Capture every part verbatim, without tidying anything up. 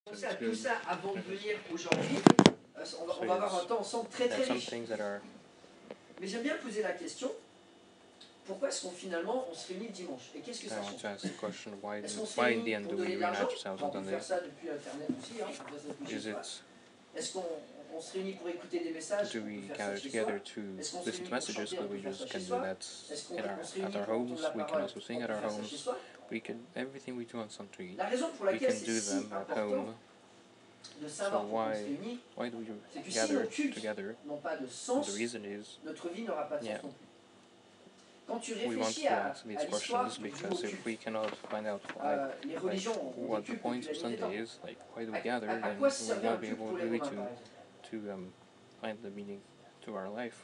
penser à tout ça avant de venir aujourd'hui. Euh, on, va, on va avoir un temps ensemble très très riche. Mais j'aime bien poser la question, pourquoi est-ce qu'on finalement on se réunit le dimanche? Et qu'est-ce que ça change? Est-ce qu'on se réunit pour donner de l'argent? On peut faire ça depuis Internet aussi, hein, est-ce qu'on on se réunit pour écouter des messages? Do we gather together to listen to messages? But we just can do that at our, at our homes. We can also sing at our homes. We can everything we do on Sunday. We can do them at home. So why why do we gather together? The reason is yeah. We want to answer these questions because if we cannot find out like, like what the point of Sunday is, like why do we gather, then we won't be able really to to um, find the meaning to our life.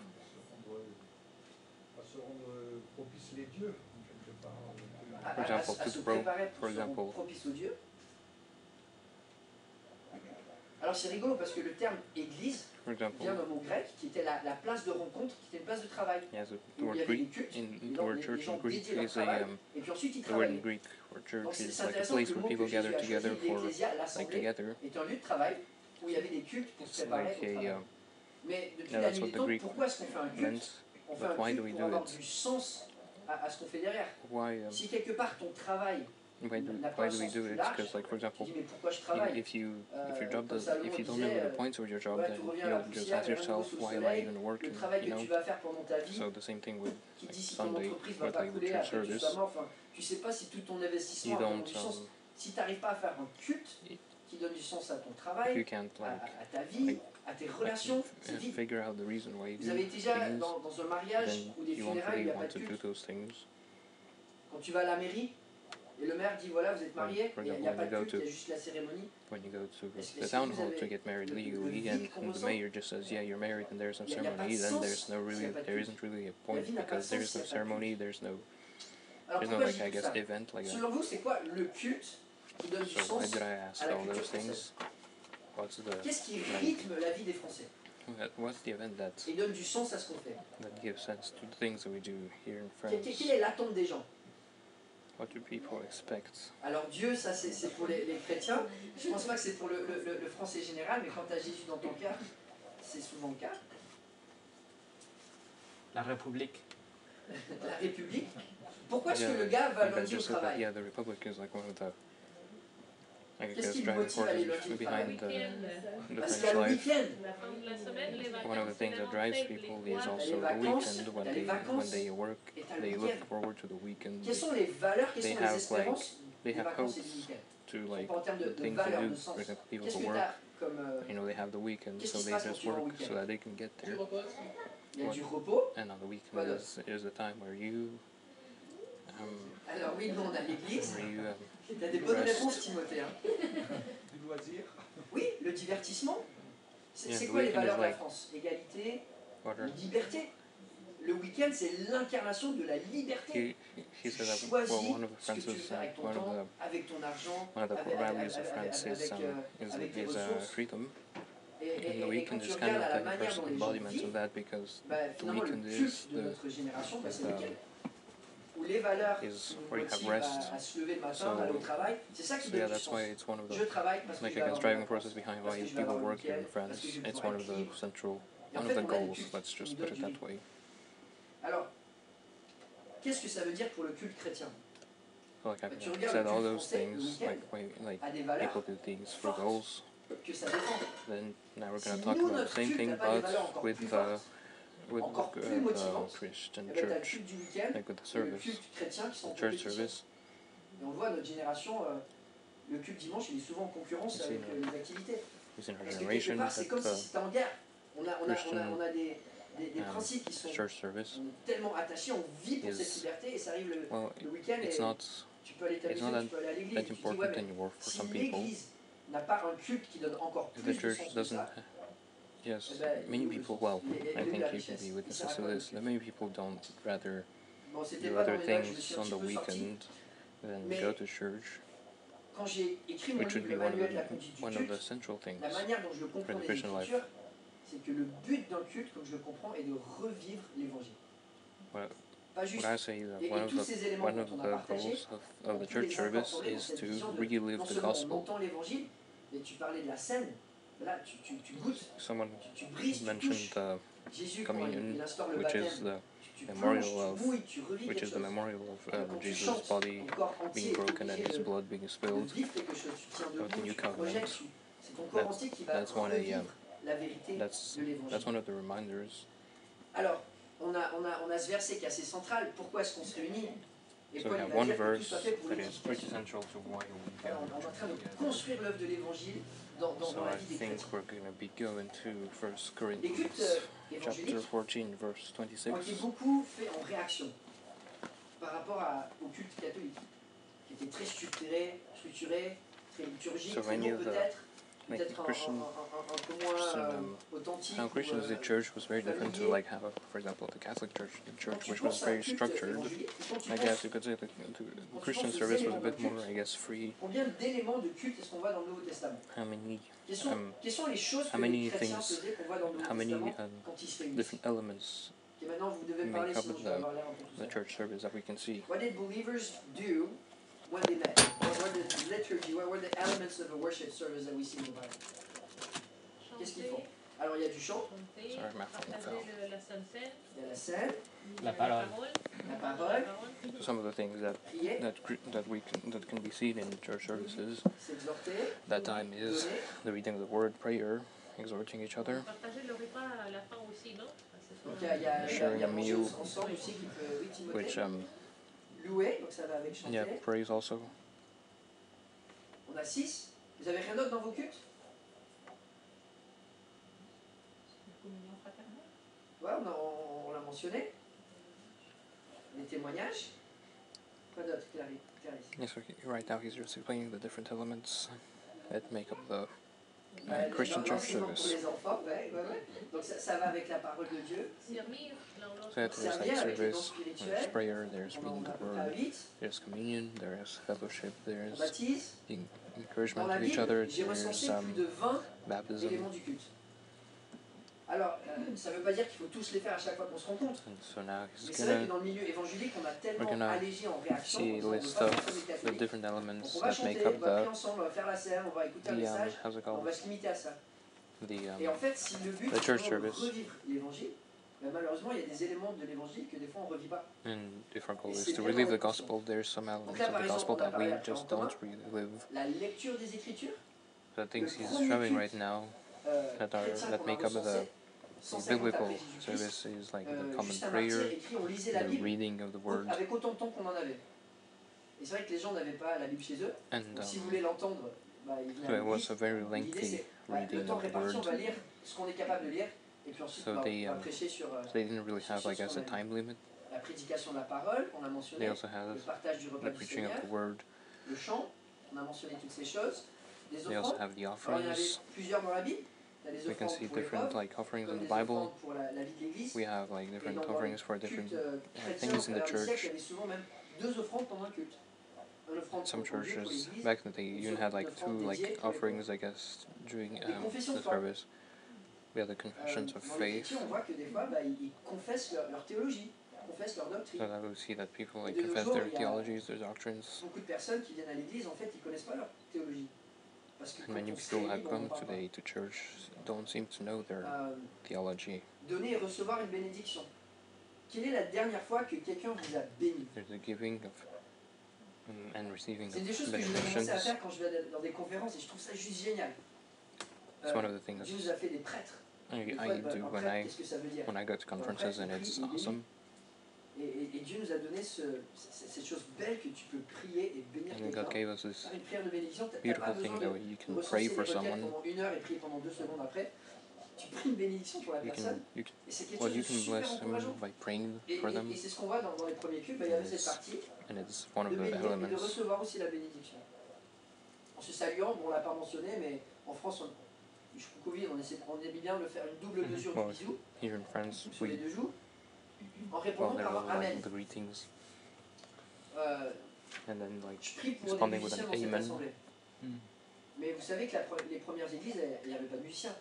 For example, to pro, for example. Alors c'est rigolo parce que le terme église vient d'un mot grec qui était la, la place de rencontre, qui était une place de travail. Yeah, so the word Greek in the word church in Greek is a um, the word in Greek for church is like a place where people gather together for like together. Est un lieu de travail où il y avait des cultes pour se préparer like au travail. A, um, Mais depuis yeah, la nuit des temps, pourquoi est-ce qu'on fait un culte? On fait un culte pour avoir du sens à, à ce qu'on fait derrière. Why, um, si quelque part ton travail Why do, why do we do it? Because, like, for example, if you if your job does if you don't know the points of your job, then you'll just ask yourself, why am I even working? You know. So the same thing with like Sunday, with like the church service. You don't. Um, si tu n'arrives pas à faire un culte qui donne du sens à ton travail, you can't, like, à, à ta vie, like, à tes relations, like, c'est vide. Figure out the reason why you Vous avez déjà things, dans, dans un mariage ou des funérailles, il n'y a pas de culte. Quand tu vas à la mairie, et le maire dit voilà, vous êtes mariés, il n'y a, a pas de culte, il y a juste la cérémonie. When you go to the town hall to get married legally, and, and the mayor just says, yeah, you're married, and there's no ceremony, then there's no really, there isn't really a point because there's no ceremony, there's no, there's no like I guess event like that. Selon vous, c'est quoi le culte qui donne du So why sens did I ask à la all culture those things? française? What's the Qu'est-ce qui like, rythme la vie des Français what's the event that et donne du sens à ce qu'on fait? that gives sense to the things that we do here in Quelle, France? quelle est l'attente des gens? What do people expect? Alors Dieu, ça c'est pour les, les chrétiens. Je ne pense pas que c'est pour le, le, le français général, mais quand tu as Jésus dans ton cœur, c'est souvent le cas. La République. La République. Pourquoi est-ce Yeah, que le gars va you lundi au just said that, travail? yeah, the Republic is like one of the I Qu'est-ce guess qui le driving motive à aller lundi forces au travail? behind the, the Parce French qu'il y a le life. week-end. One of the things that drives people is also the weekend. When they when they work, they look forward to the weekend. Quelles sont les valeurs, quelles They sont les have like espérances they des have vacances et hopes du week-end? to like En termes de, the de things to valeurs, do. de sens. For example, people Qu'est-ce to que tu work. as comme... euh, You know, they have the weekend, Qu'est-ce so qui se they passe quand just tu vas au work week-end? so that they can get there. Il y a du repos. And on the weekend Quoi d'autre? is is the time where you um Alors oui, nous on a l'église. where you um, Tu as des bonnes rest. réponses, Timothée. Hein. Du loisir. Oui, le divertissement. C'est Yeah, c'est the quoi les weekend is valeurs de la like- France? Égalité, what are liberté. Le week-end, c'est l'incarnation de la liberté. he he Tu said that choisis well one of the ce que tu veux France's faire uh, avec ton one of temps, the avec ton argent, one of the avec, values of avec, France is avec, um, euh, is avec tes is uh, ressources. freedom. Et, et, And the et, et quand weekend tu is kind regardes of à la the manière first dont les gens embodiment of vivent, that because bah, the finalement le weekend is culte de the notre génération, bah, is c'est le the week-end. Où les valeurs qui is nous where you have motivent rest. à, à se lever le matin, So- aller au travail, c'est ça qui So yeah, donne du that's sens. why it's one of Je the travaille parce que like je I vais guess avoir driving mes vacances, forces behind parce why que je vais people avoir le work here in week-end, parce France. que je vais It's pouvoir one of être the libre. central Et en one fait, of the on a le goals. culte Let's qui just nous put donne it du that rythme. way. Alors, qu'est-ce que ça veut dire pour le culte chrétien? So like Bah, tu I've regardes said le all culte those français, le things, week-end, like why like a des valeurs people do things for fortes goals. que ça défend. Then now we're Si gonna talk nous, about the notre same culte thing, n'a pas des valeurs but encore with plus the fortes, with encore the, plus uh, motivantes, the Christian eh ben, t'as le church, culte du week-end like with the et le service, culte chrétien qui sont en the church compétition. service. Et on voit notre génération, euh, le culte dimanche, il est souvent en concurrence It's avec in, euh, les activités. It's in our Parce que quelque generation part, c'est that comme si uh, c'était en guerre. On a, on a, on a, Christian, on a des, des, des um, principes qui sont church service. on est tellement attachés, on vit pour is- cette liberté et ça arrive le, Well, le week-end it's et not tu peux aller it's not t'amuser, that, tu peux aller à l'église. that Tu te dis, important ouais, mais anymore for si some people. l'église n'a pas un culte qui donne encore If plus the de church sens que doesn't, ça, yes, eh ben, many il est people. où le Well, sens? Il est- il est I où think la you can richesse? be Il witnesses sert à to quoi le this. culte? That many people don't rather Bon, c'était do pas dans other mes notes, je me suis things un on petit the peu sorti. weekend than Mais- go to church, Quand j'ai écrit mon which should livre, be le one of manuel de la the conduite du one of the culte, central things. la manière dont je comprends for the les Christian life. Écritures, c'est que le but d'un culte, comme je le comprends, est de revivre l'Évangile. What, Pas juste. what I say is that Et, one et of tous ces the éléments one of dont on the a partagé, goals of, on of the peut les church service incorporer dans is cette to vision de really live non the seulement on gospel. entend l'Évangile, Et tu parlais de la scène, là tu, tu, tu goûtes, Someone tu, tu brises, mentioned tu touches. the Jésus, communion, il instaure le which baptême, is the tu, tu memorial plonges, of, tu mouilles, tu revis which quelque is the chose. memorial of um, Quand tu Jesus' chantes, body ton corps entier being broken est and obligé His de, blood being de spilled vivre quelque chose. Tu tiens of the debout, new tu te projettes, covenant. tu, c'est ton corps That's, entier qui va that's one, a, revivre um, la vérité that's, de l'évangile. that's one of the reminders. Alors, on a, on, a, on a ce verset qui est assez central. Pourquoi est-ce qu'on se réunit? Et So Paul we il have va one dire que tout verse soit fait pour that is l'édification. pretty central to why we Alors, on, on est en train de construire l'œuvre de l'évangile dans, dans, So dans la I vie des think chrétiens. we're going to be going to First Les Corinthians cultes euh, chapter évangéliques fourteen, verse ont été twenty-six. beaucoup faits en réaction par rapport à, au culte catholique, qui était très structuré, structuré très liturgique, So très many long of the peut-être, like peut-être un, Christian, un, un, un peu moins Christian euh, um, authentique. how Ou, Christians, euh, the church was very different to familier. like how, for example, the Catholic Church, the Quand church tu which was penses à un very culte structured. évangélique, quand tu I penses guess you could say the, the Quand tu Christian penses aux service was a éléments d'un bit more, culte, I guess, free. combien d'éléments de culte est-ce qu'on voit dans le Nouveau Testament? How many, Quelles sont, um, quelles sont les choses how que les many chrétiens things, faisaient qu'on voit dans le Nouveau how many Testament um, quand ils se réunissent? different elements Et maintenant vous devez make parler up sinon the, je vais avoir l'air un peu tout the seul. church service that we can see. What did believers do when they met? What were the liturgy, what were the elements of a worship service that we see in the Bible? Qu'est-ce qu'ils font? Alors il y a du chant, Sorry, my phone fell. il y a la scène, La parole. la parole, So some of the things that prier, that cr- that we can, that can be seen in church services, s'exhorter, that time is donner. the reading of the word, prayer, exhorting each other, Partager le repas à la fin aussi, non? Donc il y a, il y a, il y a, Sharing il y a a manger meal. ensemble aussi qui peut, oui, Timothée, which um louer, donc ça va avec chanter. yeah, praise also. On a six. Vous avez rien d'autre dans vos cultes? Communion fraternelle. Ouais, on, a- on- on l'a mentionné. Les témoignages. Quoi d'autre, Clary- Clarisse? Yes, so he- right now he's just explaining the different elements that make up the Ouais, uh, Christian l'en- church l'enseignement pour service. les enfants, ouais, ouais, ouais. Donc ça, ça va avec la parole de Dieu. Servir l'un l'autre. So that there's like Servir avec les dons service, there's spirituels. prayer, there's On en reading a à the peu près à word, huit. there's communion, there's fellowship, On there's baptise. the Dans encouragement la of each other, Bible, j'ai recensé there's plus um, de vingt baptism, éléments du culte. Alors, euh, ça ne veut pas dire qu'il faut tous les faire à chaque fois qu'on se rencontre. and so now Mais he's c'est vrai que gonna dans le milieu évangélique, on a tellement gonna allégé en réaction. see On a ne veut list pas of faire comme les the catholiques. different Donc elements on va that make chanter, up on va prier the ensemble, on va faire la scène, on va écouter un the um, message, how's it on called va se limiter à ça. the Et en um, fait, si le but the est church vraiment de service. revivre l'évangile, ben malheureusement, il y a des éléments de l'évangile que des fois on ne revit pas. and if our goal Et is c'est to vraiment relive the important. gospel, there's some elements Donc là, of par the exemple, gospel on a that parlé we après en just commun, don't relive. la lecture des Écritures, The things Le he's premier showing culte, right now euh, that are chrétien that qu'on a make up the recensé, the cent cinquante biblical après Jésus-Christ, service is like the euh, common Justin Martyr prayer, écrit, on lisait la the Bible reading of the word, avec autant de temps qu'on en avait. Et c'est vrai que les gens n'avaient pas la Bible chez eux, and donc si vous um, voulez l'entendre, bah, ils venaient so à it was l'église. a very L'idée lengthy c'est, bah, le reading temps of the réparti, on word. va lire ce qu'on est capable de lire, et puis ensuite So bah, they, on va um, prêcher sur euh, So they didn't really have, I guess, a time limit. la prédication de la parole, on a They mentionné, also le have partage du repas the du preaching of Seigneur, the word. le chant, on a mentionné toutes ces choses, les They also offrandes, have the alors il y en avait offerings. plusieurs dans la Bible, il y a les We can offrandes see pour les different pauvres, like offerings in comme the des Bible. offrandes pour la, la vie de l'église, We have like et different dans, dans les offerings for cultes different euh, chrétiens au things in the travers des siècles, il y church. avait souvent même deux offrandes pendant un culte. Une offrande Some pour Dieu, pour churches l'église, back in the day une even had like offrande two dédiée like pour les offerings, I guess, during Les um, confessions the de foi. service. We have the Euh, confessions of dans les faith. chrétiens, on voit que des fois, bah, ils, ils confessent leur, leur théologie, ils confessent leur doctrine. So that we see that people like De nos confess jours, their il y a- theologies, their doctrines. Beaucoup de personnes qui viennent à l'église, en fait, ils ne connaissent pas leur théologie. Parce que And quand many on se people réunit, have bon, on come en parle pas. today to church don't seem to know their Euh, theology. donner et recevoir une bénédiction. Quelle est la dernière fois que quelqu'un vous a béni? There's a giving of um, and receiving C'est of des choses que je vais commencer à benedictions. faire quand je vais dans des conférences et je trouve ça juste génial. It's one of the things Dieu nous a fait des prêtres. I, Des fois, I bah, do un when prêtre, I qu'est-ce que ça veut dire? when I go to conferences, and it's awesome. Et, et, et Dieu nous a donné ce, c- cette chose belle que tu peux prier et bénir And God quelqu'un. gave us this Faire une prière de bénédiction, t'as t'as pas beautiful besoin thing de, that you de can recenser pray les for requêtes someone. pendant une heure et prier pendant deux secondes après. Tu pries une bénédiction pour la You personne can you can et c'est quelque well chose you de can super bless them encourageant. by praying Et, for et- them, et c'est ce qu'on voit dans, dans les premiers cultes, bah, il y avait cette Yes. partie and it's one de of the bénir et de elements. recevoir aussi la bénédiction. En se saluant, bon on l'a pas mentionné, mais en France, on, je trouve Covid, on essaie, on aime bien de faire une double Mhm. mesure Well, du bisou Here in France, sur les we deux joues, en well répondant there par was un like Amen. the greetings, Euh, and then like je prie pour des responding with musiciens an dans cette amen. assemblée. Mm. Mais vous savez que la pre- les premières églises, elles- il n'y avait pas de musiciens.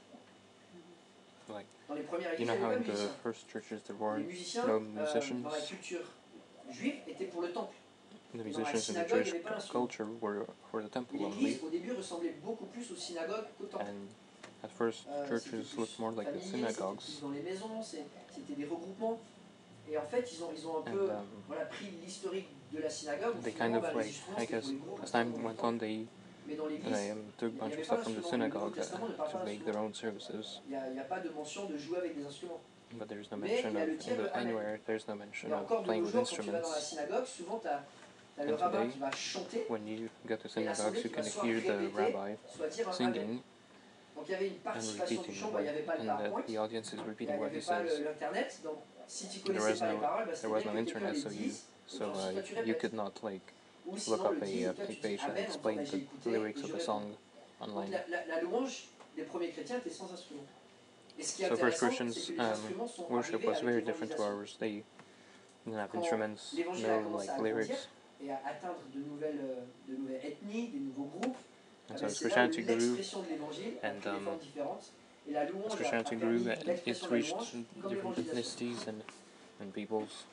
Like Dans les premières you églises, know il n'y how avait in pas de the musiciens. first churches there Les weren't musiciens, no euh, musicians. dans la culture juive, étaient pour le temple. the musicians in the Jewish culture were for the temple only. Au début ressemblait beaucoup plus aux synagogues qu'au temple. And at first, churches looked more like the synagogues. Dans les maisons, c'était des regroupements. Et en fait, ils ont, ils ont un peu and, um, voilà, pris l'historique de la synagogue. They kind of like, I guess, as time went on, they, they um, took a bunch of stuff from the synagogue uh, to make their own services. Il n'y a pas de mention de jouer avec des instruments. But there's no mention of, in the, anywhere, there's no mention of playing with instruments. And today, when you go to synagogues, you can hear the rabbi singing and repeating, and the, the audience is repeating what he says. There was no, there was no internet, so you, so uh, you could not like look up a, a page that explained the lyrics of a song online. So first Christians um, worship was very different to ours. They didn't have instruments, no like lyrics. And so as Christianity grew, and um, as Christianity grew, it, it reached different ethnicities and, and peoples.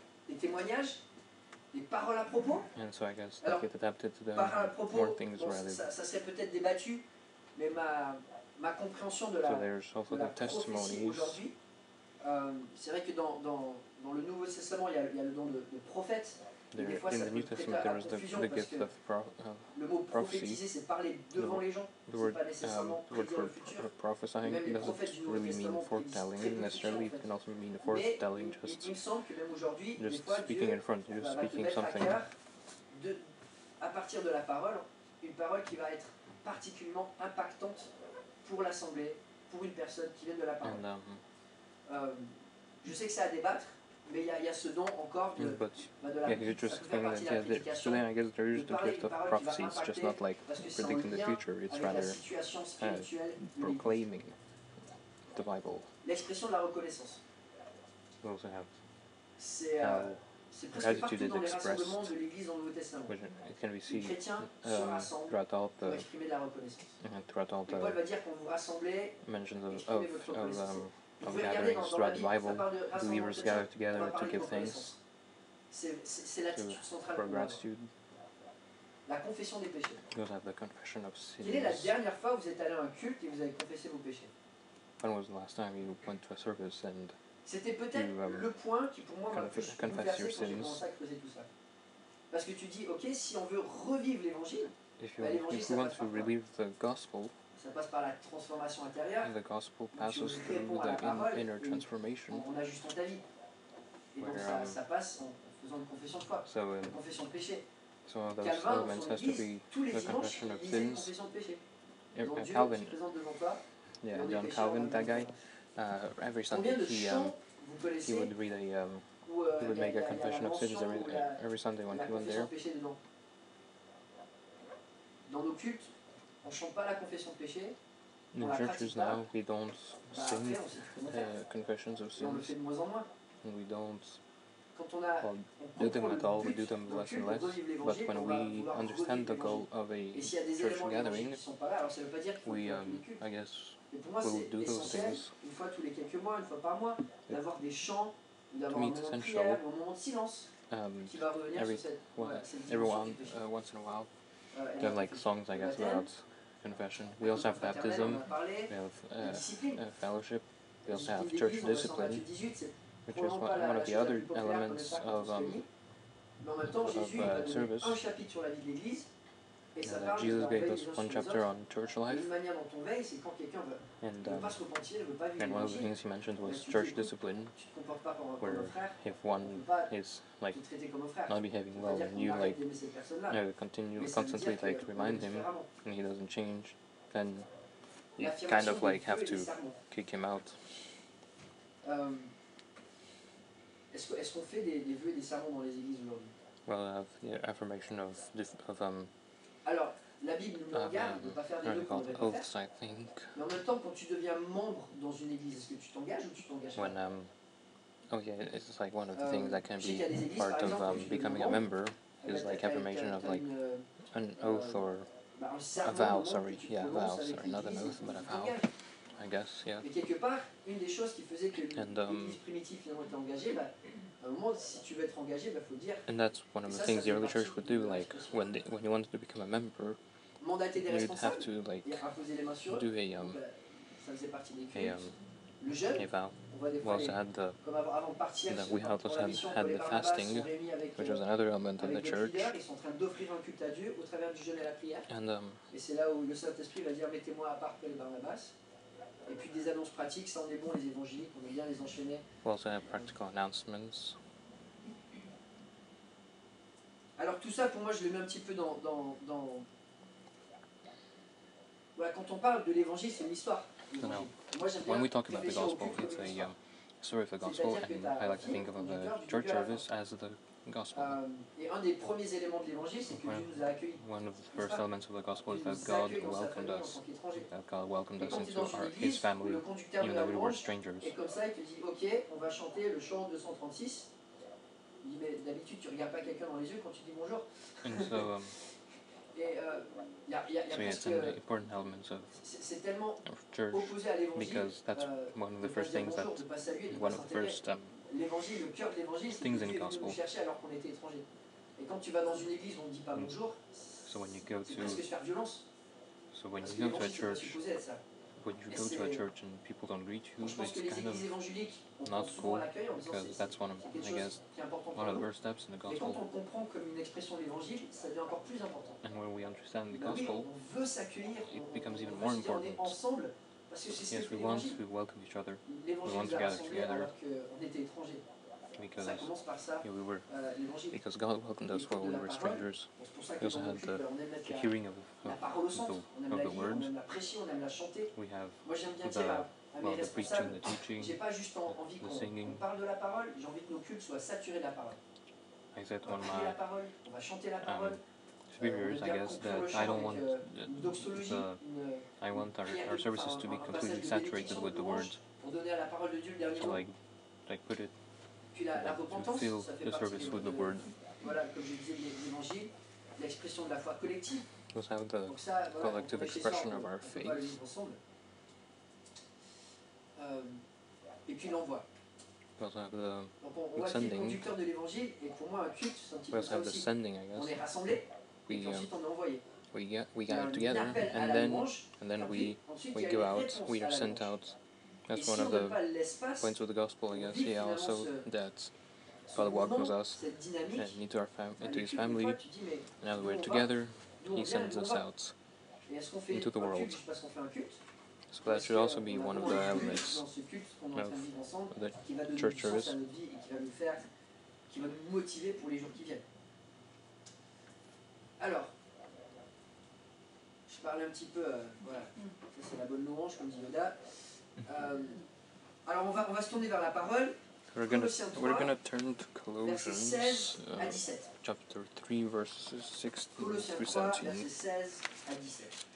And so I guess Alors, it adapted to the propos, more things bon, rather. Ça, ça serait peut-être débattu, mais ma, ma compréhension de la, so there's also de la the testimonies. Aujourd'hui, euh, c'est vrai que dans, dans, dans le Nouveau Testament, il y a, il y a le don de, de prophète. There, in the New Testament, there is the, the gift of pro, uh, prophecy. The, the word, um, the word for, for prophesying doesn't really mean foretelling necessarily. It can also mean foretelling, just, just speaking in front, just speaking something. De, à partir de la parole, une parole qui va être particulièrement impactante pour l'assemblée, pour une personne qui vient de la parole. And, um, euh, je sais que c'est à débattre. Mais il y, y a ce don encore de, but, bah de la yeah, you just think that, yeah, there, so then I guess there is the gift of prophecy. It's just not like predicting the future, it's rather uh, proclaiming the Bible. L'expression de la reconnaissance. We also have c'est euh, presque partout dans les rassemblements de l'Église dans le Nouveau Testament. It can be seen les chrétiens um, se rassemblent throughout all the, pour exprimer de la reconnaissance. Uh, throughout all Paul va dire qu'on vous rassemblez, mentions of, of, of um, of gatherings throughout the Bible, believers gather together to give thanks, to, for gratitude. La confession des péchés. We also have the confession of sins. Quelle est la dernière fois où vous êtes allé à un culte et vous avez confessé vos péchés? When was the last time you went to a service and C'était peut-être um, le point qui pour moi m'a plus confess your bouleversé quand j'ai commencé à creuser tout ça. Parce que tu dis, ok, si on veut revivre l'évangile, if you, if you want to relive the gospel, ça passe par la transformation intérieure. The gospel passes through the in, inner transformation. En ajustant ta vie. Et donc where, ça, um, ça passe en faisant une confession de foi, so, um, une confession de péché. So one of those Calvin, elements has to be the confession of sins. Donc, Uh, Dieu Calvin, qui se présente devant toi, yeah, John Calvin, that guy. Uh, every Sunday he um, he would read a um, he would make a confession of sins every every Sunday when he went there. Dans nos cultes, on chante pas la confession de péché. In churches now, we don't sing uh, confessions of sins, and we don't well, do them at all, we do them less and less, but when we understand the goal of a church gathering, we, um, I guess, will do those things. To me, it's essential, um, every, well, every one, uh, once in a while, to have like songs, I guess, about confession. We also have baptism, we have uh, uh, fellowship, we also have church discipline, which is one, one of the other elements of, um, of uh, service. Uh, Jesus gave us one chapter on church life, and, um, and one of the things he mentioned was church discipline, where if one is like not behaving well, and you like uh, continue constantly like remind him, and he doesn't change, then you kind of like have to kick him out. Well, I have the affirmation of of um. Alors, la Bible nous regarde de ne pas faire des vœux qu'on ne devrait pas faire. Mais en même temps, quand tu deviens membre dans une église, est-ce que tu t'engages ou tu t'engages pas? When um, oh yeah, it's like one of the things that can be part of um, becoming a member is like affirmation of like an oath or a vow. Sorry, yeah, a vow. Sorry, not an oath, but a vow. I guess, yeah. Mais quelque part, une des choses qui faisait que And, um, l'Église primitive finalement était engagée, bah, à un moment, si tu veux être engagé, il bah, faut dire. And that's one of the ça, things ça the early church partie would do, de like when they, when you wanted to become a member, mandater des you'd have responsables to like et imposer les mains sur eux. do a um Donc, bah, ça faisait partie des a cultes. um Le jeûne, a vow. on voit des We fois also les, had the comme avant, avant de partir that sur- we had pour also la had, mission, had Paul et the Barnabas fasting, sont réunis avec, which euh, was another element of avec the d'autres church. leaders, ils sont en train d'offrir un culte à Dieu au travers du jeûne et la prière. And um Et c'est là où le Saint-Esprit va dire mettez-moi à part Paul et Barnabas. Et puis des annonces pratiques, ça on est bon les évangéliques, on aime bien les enchaîner. we also had practical announcements. Alors tout ça pour moi je le mets un petit peu dans... dans, dans... Voilà, quand on parle de l'évangile c'est une histoire. So now, Moi j'aime when bien we talk about the réfléchir au gospel, culte comme it's une a histoire. um, story of the gospel, and I like to think of the church service as the gospel. Euh, et un des premiers éléments de l'évangile c'est que Ouais. Dieu nous a accueillis. One of the first elements of the gospel is Il that nous God accueille dans sa welcomed famille en us, tant qu'étrangers. that God welcomed Et us quand tu es into dans une our, His église où family, le conducteur de even la though we were louange, strangers. et comme ça il te dit ok on va chanter le chant deux cent trente-six. Il dit mais d'habitude tu regardes pas quelqu'un dans les yeux quand tu dis bonjour. And so, um, Et euh, y a, y a, y a so yeah, it's presque, an important element of c'est c'est tellement of church opposé à l'évangile. because that's euh, one of de the pas first dire things bonjour, that de pas saluer, de one pas of the s'intégrer. first um, L'évangile, le cœur de l'évangile, c'est que things Dieu in est the venu nous gospel. chercher alors qu'on était étrangers. Et quand tu vas dans une église où on ne dit pas Mm. bonjour, So when you go c'est to presque se faire violence. so when Parce you que go to a l'évangile, c'est pas church, supposé être ça. when you Et go to a c'est- church and people don't greet you, Je pense que it's les kind églises of évangéliques, on not prend souvent cool l'accueil en disant because c'est that's one of, c'est quelque I chose guess, qui est important pour one of the nous. first steps in the Mais quand gospel. on comprend comme une expression de l'évangile, ça devient encore plus important. And when we understand the Ben oui, gospel, on veut s'accueillir, it on, becomes on even veut more se dire on est important. ensemble, parce que c'est ce Yes, que fait we want l'évangile. to welcome each other L'évangile want nous to a gather rassemblés together. alors qu'on était étrangers. Ça because commence par ça, yeah, we were euh, l'évangile. because God welcomed us while we were strangers. C'est pour ça We que also dans nos had cultes, the, ben, on aime mettre the la, hearing of, la of, parole au of centre, the, on aime of la the lire, on words. aime la prêcher, on aime la chanter. We have Moi j'aime bien the, dire à, à mes well, the preaching, responsables, the teaching. j'ai pas juste en- envie the qu'on singing. qu'on parle de la parole, j'ai envie que nos cultes soient saturés de la parole. I said On va on prier la my parole, on va chanter la parole. um, superiors, I guess, that I don't want euh, the, une doxologie, the une, I want our, prière our de- services enfin, to un- be un completely passage de saturated bénédiction, with de the louange, words. pour donner à la parole de Dieu le dernier So mot. like like put it Puis la, la like to repentance, fill ça fait the partie service de, with the de- word. voilà, comme je disais, de l'évangile, l'expression de la foi collective. We also have the Donc ça, voilà, collective quand on fait ça, expression on- of our on peut pas le faith. vivre ensemble. Euh, et puis l'envoi. We also have the Donc on, on the voit qui est le sending. conducteur de l'évangile, et pour moi un culte, c'est un petit We peu also ça have the aussi. sending, I On est guess. rassemblés, et We puis um, ensuite on est envoyé. we get we Il y a gather un together appel à and la then louange, and then et we puis ensuite il we y a go une out. réponse We à are la sent louange. out. Et That's si one on of donne the pas l'espace, points of the gospel, I on guess. vit Yeah, finalement also ce, that ce God welcomes moment, us cette dynamique. and into our fam Bah, into les His cultes, des family. fois, tu dis, mais Now that d'où we're on va, together, d'où on He vient, sends d'où on us va. out. Et est-ce qu'on fait into the un world. culte juste parce qu'on fait un culte? So that should also be one of the elements Dans ce culte qu'on est en train de vivre ensemble, of the qui va donner church du sens service. à notre vie et qui va nous faire, qui va nous motiver pour les jours qui viennent. Alors, je parlais un petit peu, euh, voilà, ça c'est la bonne louange comme dit Yoda. Euh, alors on va, on va se tourner vers la parole. We're gonna Colossiens we're trois, gonna turn to versets seize Colossians à uh, dix-sept. chapter three, verses sixteen Colossiens through trois, seventeen. versets seize à dix-sept.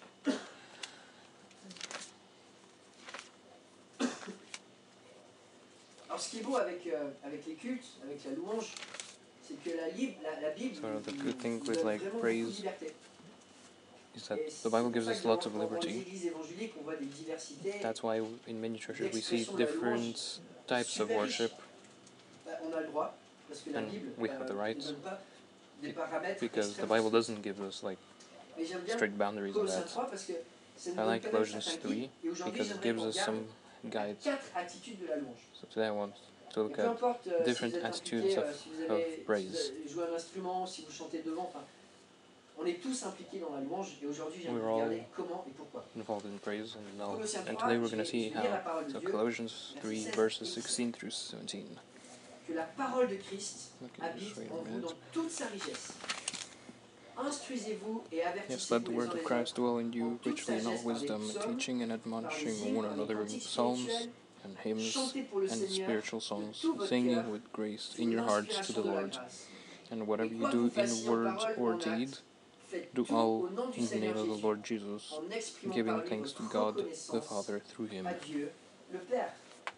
Alors ce qui est beau avec, euh, avec les cultes, avec la louange, c'est que la, lib- la, la Bible So the nous- good thing nous with donne like vraiment beaucoup de praise liberté. is that Et the c'est Bible pour gives ça us que lots dans, of dans les liberty. églises évangéliques, on voit des diversités. That's why in many churches we see L'expression de la different types of super worship Bah, on a le droit, parce que la And Bible we euh, have the ne right. donne pas des paramètres because the extrêmement Bible stricts. doesn't give us like Mais j'aime bien strict boundaries on Colossiens that. trois parce que ça nous I donne like quand même Colossians certains three guides. Et aujourd'hui, because it j'aimerais gives qu'on us regarde some guides. quatre attitudes de la louange. So today I want to Et look peu at importe euh, si different vous êtes attitudes impliqué, of- euh, si vous avez, of praise. si vous avez joué un instrument, si vous chantez devant, enfin, on est tous impliqués dans la louange. Et aujourd'hui, j'aimerais We're all regarder comment et pourquoi. involved in praise, and, now, Colossiens and trois, today we're je going to vais, see je vais lire la how. parole de So Dieu, Colossians three, seize verses et dix-sept. sixteen through seventeen. Que la parole de Christ Okay, habite just wait a en vous minute. dans toute sa richesse. Instruisez-vous et Yes, let avertissez-vous the les word uns of les Christ autres dwell in you, en toute richly in all sagesse par les wisdom, psaumes, teaching and par les admonishing one hymnes, par les another in cantiques psalms spirituels, and hymns chantez pour le and Seigneur spiritual de songs, tout votre singing cœur, with grace sous in your hearts to l'inspiration the de la Lord. grâce. And whatever Et you quoi que do vous in fassiez en words parole ou or en deed, acte, faites do tout all au nom du in the Seigneur name of the Jésus, Lord Jesus, en exprimant giving par lui thanks to votre God the reconnaissance Father through him. à Dieu le Père.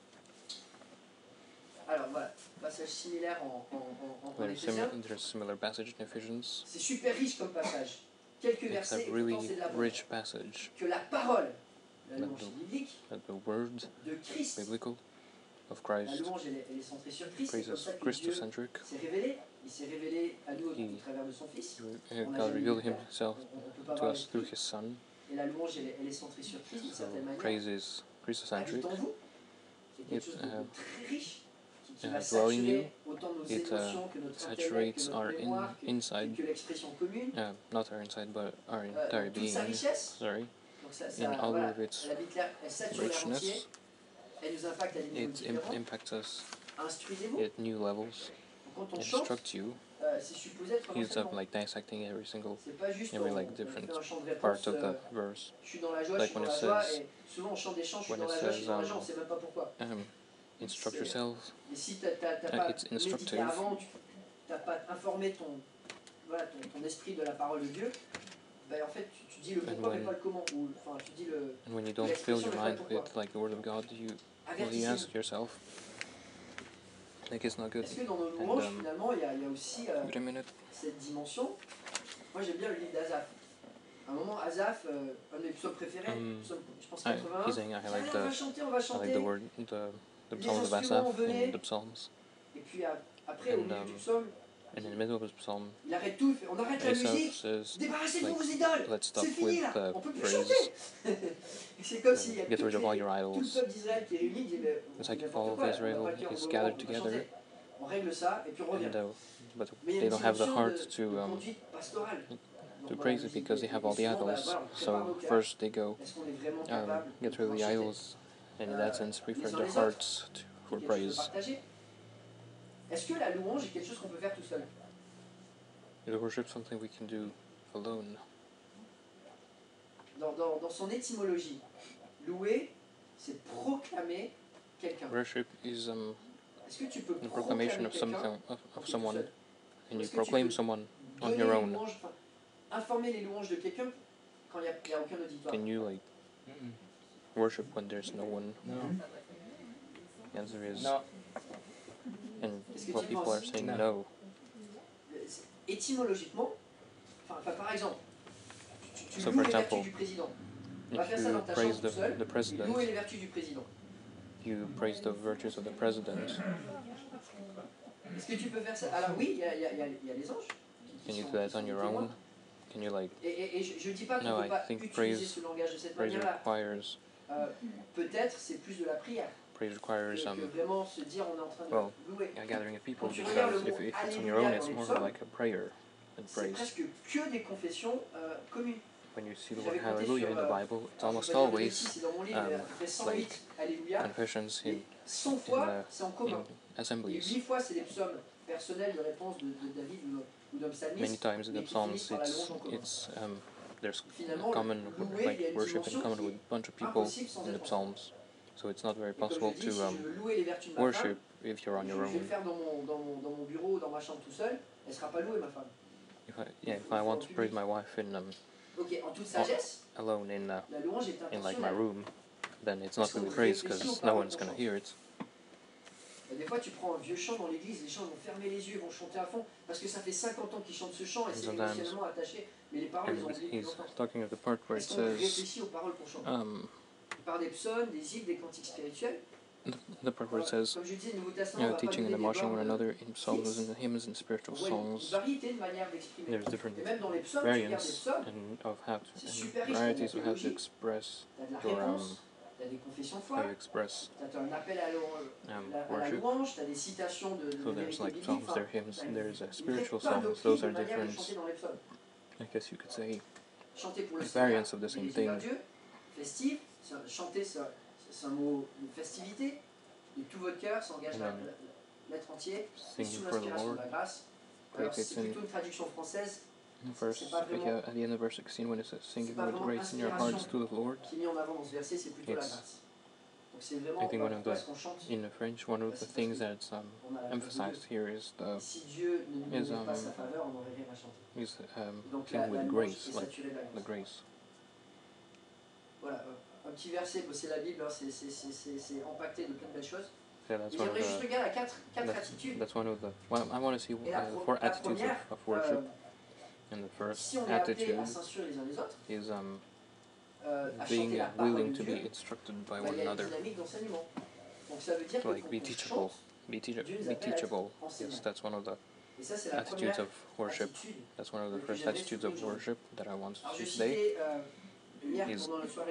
Alors voilà, passage similaire en, en, en, en There's, sim- Éphésiens. there's a similar passage in Ephesians. C'est super riche comme passage. Quelques It's versets a et pourtant really c'est de la bonne. rich passage. Que la parole, la That louange the- biblique, that the word de Christ. biblical of La Christ. louange, elle est, elle est centrée sur Christ. Praise C'est comme is ça que Dieu Christocentric. s'est révélé. Il s'est révélé à nous au, He- au travers de son Fils. He- On a God jamais revealed vu le Père. himself On ne peut pas to voir us through l'Esprit. his Son. Et la louange, elle est, elle est centrée sur Christ d'une So certaine manière. praise is Christocentric. Habite en vous. C'est quelque It, chose de, de uh, très riche qui, qui uh, va dwell in you. saturer autant nos It, uh, émotions que notre intellect, que saturates notre our in, mémoire, que, inside, que l'expression commune. uh, not our inside, but our Euh, entire dans toute sa being. richesse. Sorry, Donc ça, in ça, all voilà, of its elle, habite là, elle sature l'air entier. richness. Elle nous impacte à des niveaux It im différents. impacts us Instruisez-vous. at new levels. Donc quand on chante, Instructs you. euh, c'est supposé être un He's up entraînement. like dissecting every single C'est pas juste every on, like on different fait un chant de part réponse, of euh, the verse. je suis dans la joie, Like je suis when dans it la joie, says- et souvent on chante des chants, je suis when dans it la joie, je suis says, dans la um, joie, on sait même pas pourquoi. Um, instruct C'est- yourself. Mais si t'as t'as- t'as Uh, pas it's médité instructive. avant, tu n'as pas informé ton, voilà, ton, ton esprit de la parole de Dieu, ben en fait tu, tu dis le And pourquoi mais when- pas le comment, ou enfin tu dis le And when you don't fill your mind with like the word of God, you well, you avertissez-nous. ask yourself, like it's not good. Est-ce que dans nos louanges um, finalement il y, a- il y a aussi euh, Wait a minute. cette dimension? Moi j'aime bien le livre d'Azaph. À un moment Azaph, euh, un de mes psaumes préférés, Um, psaume, je pense I, quatre-vingt-un, he's saying I Allez, like on va the chanter, on va I chanter. like the word the the Les psalms of instruments Asaph venaient. and the psalms. Et puis à- après, au And, milieu um, du psaume, And in the middle of his psalm, il arrête tout, il fait, on arrête la Asaph musique, says, débarrassez-vous de like, vos idoles, let's stop c'est fini with là, the on peut plus praise. chanter. Et c'est comme uh, s'il y a get tout, rid of all your tout le idols. peuple d'Israël qui est réuni, il dit mais It's on like fait if all n'importe of quoi, là, Israel on va pas dire, is on va gathered pas together. chanter. On règle ça et puis on revient. And, uh, but Mais il y a they une don't have the dimension heart de, to de um, conduite pastorale. to Donc, praise dans it la because they musique, have all the et souvent, bah, idols. voilà, on prépare So nos cœurs. first they go Est-ce qu'on est vraiment um, capable get de rid of the pouvoir chanter idols, and in Euh, that sense prepare les uns their les autres. hearts to, for quelque chose de praise. partagé? Est-ce que la louange est quelque chose qu'on peut faire tout seul? Is worship something we can do alone? Dans, dans, dans son étymologie, louer, c'est proclamer quelqu'un. Worship is um, Est-ce que tu peux the proclamer proclamation of quelqu'un something of, quand of tu es tout someone, seul? and you Est-ce que tu proclaim peux someone on donner your les own. louanges, enfin, informer les louanges de quelqu'un quand il n'y a, il y a aucun auditoire? Can you like worship when there's no one? No. The answer is No. and Qu'est-ce que what tu people penses? are saying No. no. Étymologiquement, enfin, enfin, par exemple, tu, tu So loues for les vertus example, du président. On va If faire ça you dans ta praise chambre tout the seul. the president, Louer les vertus du président. you praise the virtues of the president. Est-ce que tu peux faire ça? Alors oui, il y a, il y a- il y a- il y a les anges. qui Can you sont- do that qui sont on des your témoins. own? Can you like Et, et, et je ne dis pas qu'on No, ne peut I pas think utiliser praise- ce langage de cette praise manière-là. requires Euh, Peut-être c'est plus de la prière praise que, requires que um vraiment se dire on est en train de well, louer. a gathering of people Quand tu regardes because le if, mot if it's on your own, Alléluia it's dans les more psaumes, like a prayer than C'est praise. presque que des confessions euh, communes. When you see the J'avais word compté hallelujah sur, in the euh, Bible, it's alors, almost je vais pas dire de always bêtises, c'est dans mon livre, mais à um, peu près cent huit Alléluia, confessions in, et cent in, fois uh, c'est en in commun. Et assemblies. huit fois c'est des psaumes personnels de réponse de, de David ou, ou d'un Many psalmiste. times in mais the qui Psalms, finissent par la it's louange en commun. it's um, there's Finalement, common louer, il y a like une worship in dimension common qui with est a bunch of people impossible sans in the être ensemble. Psalms. So it's not very Et comme je possible dis, to si um, je veux louer les vertus de ma worship femme, if you're on je, your je vais le own. faire dans mon, dans, mon, dans mon bureau, dans ma chambre tout seul, elle ne sera pas louée ma femme. If I, yeah, if I want to praise my wife in um, Ok, en toute sagesse, alone in uh, la louange est in like my intentionnelle. room, then it's not really praise because no one's gonna hear it. Et des fois, tu prends un vieux chant dans l'église, les gens vont fermer les yeux, vont chanter à fond, parce que ça fait cinquante ans qu'ils chantent ce chant et c'est Sometimes émotionnellement attaché. Mais les paroles, ils ont And oublié he's depuis longtemps. talking of the part where it Est-ce qu'on says réfléchit aux paroles qu'on chante? um, Par des psaumes, des hymnes, des cantiques spirituels. the, the part where it Voilà. says Comme je disais, le Nouveau you Testament, on know va pas teaching donner and des admonishing one bornes. another in psalms and hymns and spiritual On voit une, une songs. variété de manières d'exprimer. There's different Et même dans les psaumes, tu regardes les variants psaumes, and of how to c'est and super riche. varieties T'as de of la how to théologie, express t'as de la your um, réponse, t'as des confessions de how foi, you express t'as un appel à, l'or- um, la, à la worship. louange, t'as des citations de, de So there's vérités like bibliques. psalms, Enfin, there are hymns, t'as une- there's uh, une spiritual vraie songs. panoplie Those de are manières de different. chanter dans les psaumes. I guess you could say Chanter pour le the Seigneur, variants of the same bénédict thing. Dieu, festif, c'est un- chanter c'est un, c'est un mot de festivité, de tout votre cœur, s'engage And la- then la- l'être entier, et singing sous for the l'inspiration de Lord. la grâce. Take Alors it c'est in plutôt une traduction française verse c'est pas like vraiment- uh, at the end of verse sixteen when it says singing pas with vraiment grace in your inspiration. hearts to the Lord. qui est mis en avant dans ce verset, c'est plutôt la It's- grâce. Donc c'est vraiment I think one of pourquoi the- est-ce qu'on chante, In the French, one of the things that's um, on a la grâce de emphasized Dieu. here is the Et si Dieu ne nous is, donnait pas um, sa faveur, on n'aurait rien à chanter. is um, Donc la, sing la with louange grace, est like saturée de la the grâce. grace. Voilà, euh, un petit verset, bon, c'est la Bible, hein, c'est- c'est c'est- c'est- c'est empaqueté de plein de belles choses. Yeah, that's Et one of j'aimerais juste the regarder à quatre, quatre that's, attitudes. that's one of the well, I want to see Et la, uh, pro- four la attitudes première, of, of worship. euh, And the first si on est appelé attitude à s'instruire les uns les autres, is um being uh, willing to be instructed by one another. Like be teachable, be, teach be teachable. Yes, that's one of the attitudes of worship. That's one of the first attitudes of worship that I want to see today. Is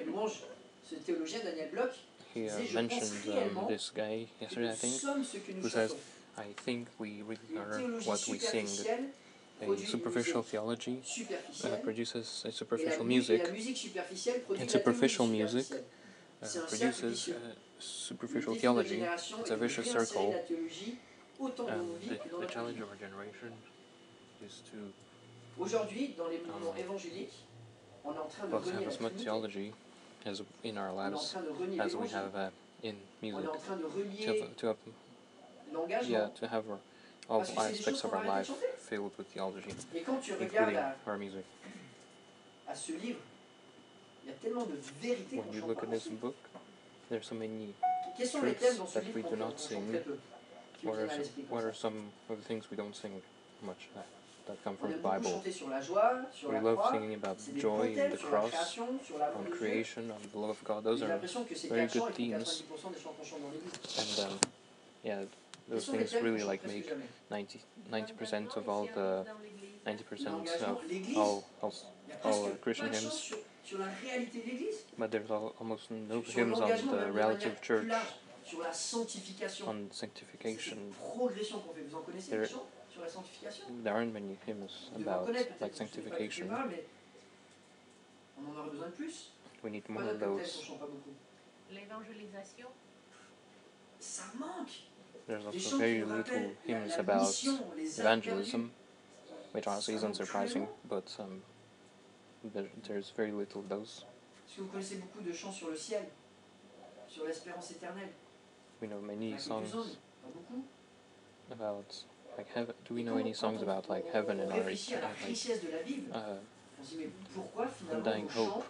he uh, mentioned um, this guy yesterday, I think, who says, I think we really are what we sing. A superficial theology uh, produces a superficial music, and superficial music uh, produces uh, superficial theology. It's a vicious circle. Um, the, the challenge of our generation is to um, both have as much theology as in our lives as we have uh, in music. To have, to have, yeah, to have our, all aspects of our life filled with theology, including our music. When you look at this book, there are so many truths that we do not sing. What are, some, what are some of the things we don't sing much that, that come from the Bible? We love singing about joy in the cross, on creation, on the love of God. Those are very good themes. And um, yeah, those things really like make ninety percent of all the ninety percent of all all, all uh, Christian hymns. But there's all, almost no hymns on the reality of church, on sanctification. There, there aren't many hymns about like sanctification. We need more of those. There's also very little hymns about evangelism, which honestly isn't surprising, but um, there, there's very little of those. We know many songs about like heaven. Do we know any songs about like heaven and our like, uh, undying hope?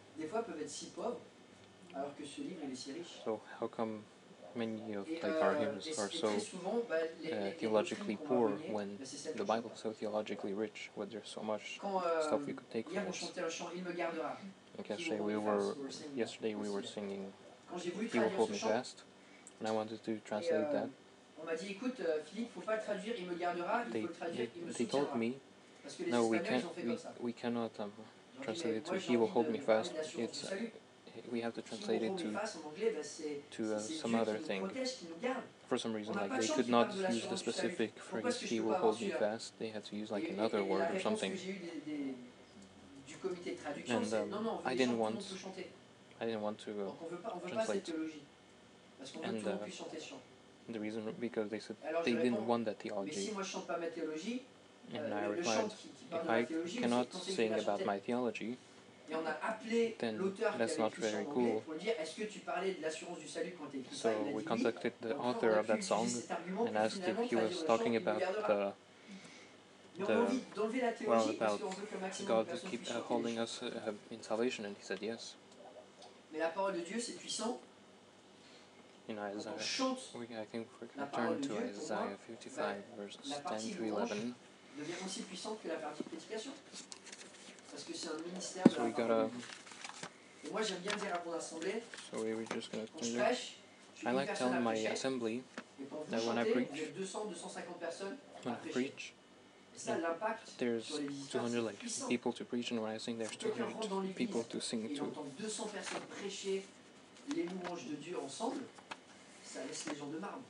So how come many of like our hymns are so uh, theologically poor when the Bible is so theologically rich? When there's so much stuff we could take from it. Like yesterday we were yesterday we were singing "He Will Hold Me Fast," and I wanted to translate that. They they, they told me, no, we can't we, we cannot um, translate it to "He will hold me fast." It's uh, we have to translate it to to uh, some other thing. For some reason, like they could not use the specific phrase "He will hold me fast." They had to use like another word or something. And um, I didn't want I didn't want to uh, translate. And uh, the reason because they said they didn't want that theology. And I replied, if I cannot sing about my theology, then that's not very cool. So we contacted the author of that song and asked if he was talking about the, the well, about God keep uh, holding us uh, in salvation, and he said yes. In Isaiah, we, I think we can turn to Isaiah fifty-five, verses ten to eleven. So we gotta. So we were just gonna. I like telling my assembly that when I preach, when I preach, there's two hundred like people to preach, and when I sing, there's two hundred people to sing to. Ça laisse les gens de marbre.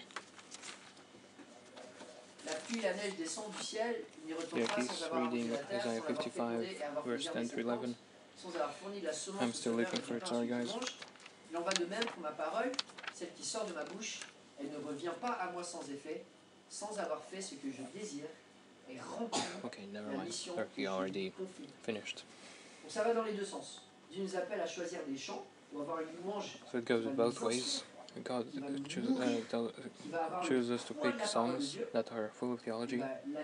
La pluie et la neige descendent du ciel, il n'y retourne pas sans avoir arrosé la terre, sans avoir fait pleurer et avoir fait germer ses plantes, sans avoir fourni de la semence au sauveur et du pain du dimanche. Il en va de même pour ma parole, celle qui sort de ma bouche, elle ne revient pas à moi sans effet, sans avoir fait ce que je désire et remplir la mission que je lui confie. Finished. Donc ça va dans les deux sens. Dieu nous appelle à choisir des chants ou avoir une louange. So it goes both ways. God choose, uh, tell, uh, chooses to pick songs that are full of theology,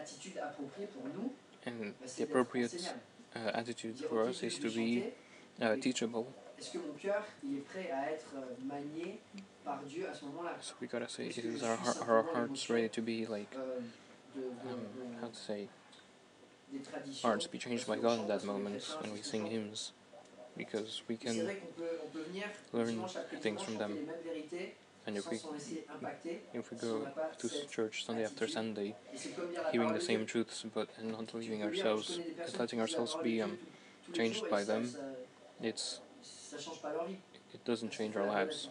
and the appropriate uh, attitude for us is to be uh, teachable. So we gotta say, is our, our hearts ready to be like, um, how to say, hearts be changed by God in that moment when we sing hymns. because we can learn things from them. And if we, if we go to church Sunday after Sunday, hearing the same truths but and not leaving ourselves, letting ourselves be um, changed by them, it's it doesn't change our lives.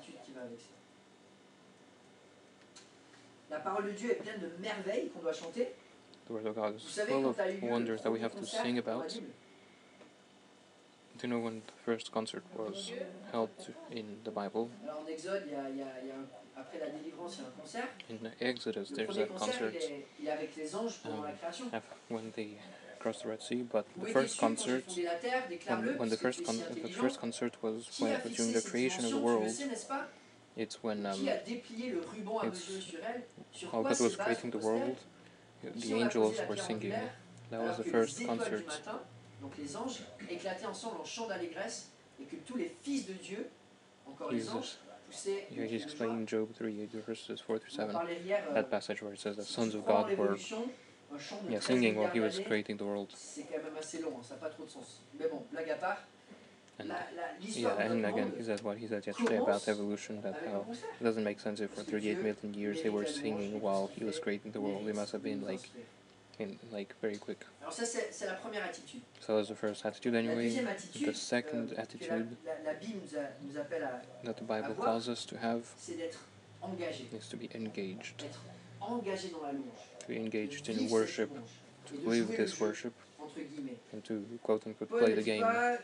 La parole de Dieu est pleine de merveilles qu'on doit chanter. The Word of God is full of wonders that we have to sing about. Do you know when the first concert was held in the Bible? Alors en Exode, il y a, il y a, il y a un, après la délivrance, il y a un concert. In Exodus, there's a concert il est avec les anges pendant um, la création. when they crossed the Red Sea. But the first concert, when, when the first con the first concert was when, during the creation of the world. It's when um, it's, while God was creating the world, the angels were singing. That was the first concert. Donc les anges éclataient ensemble en chant d'allégresse et que tous les fils de Dieu, encore les anges, poussaient. Yeah, he's explaining Job three, verses four through seven. That passage where it says the sons of God were yeah, singing while he was creating the world. C'est quand même assez long, ça n'a pas trop de sens. Mais bon, blague à part. And, yeah, and again, he said what he said yesterday about evolution, that how it doesn't make sense if for thirty-eight million years they were singing while he was creating the world. It must have been like, in like very quick. So that's the first attitude anyway. The second attitude that the Bible calls us to have is to be engaged. To be engaged in worship, to live this worship. And to quote unquote play the game. Uh,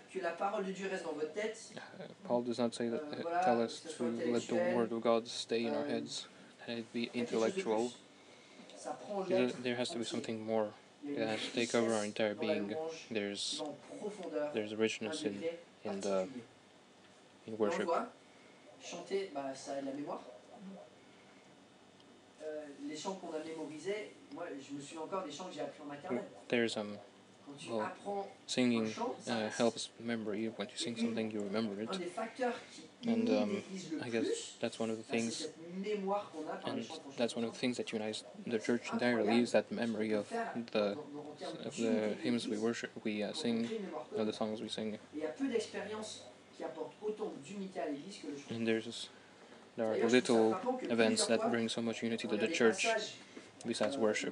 Paul does not say that, uh, tell us to let the word of God stay in our heads, and it be intellectual. There has to be something more. It has to take over our entire being. There's there's richness in in the in worship. There's um. Well, singing uh, helps memory. When you sing something, you remember it. And um, I guess that's one of the things, and that's one of the things that unites the church entirely, is that memory of the of the hymns we worship, we uh, sing, of the songs we sing. And there's there are little events that bring so much unity to the church, besides worship.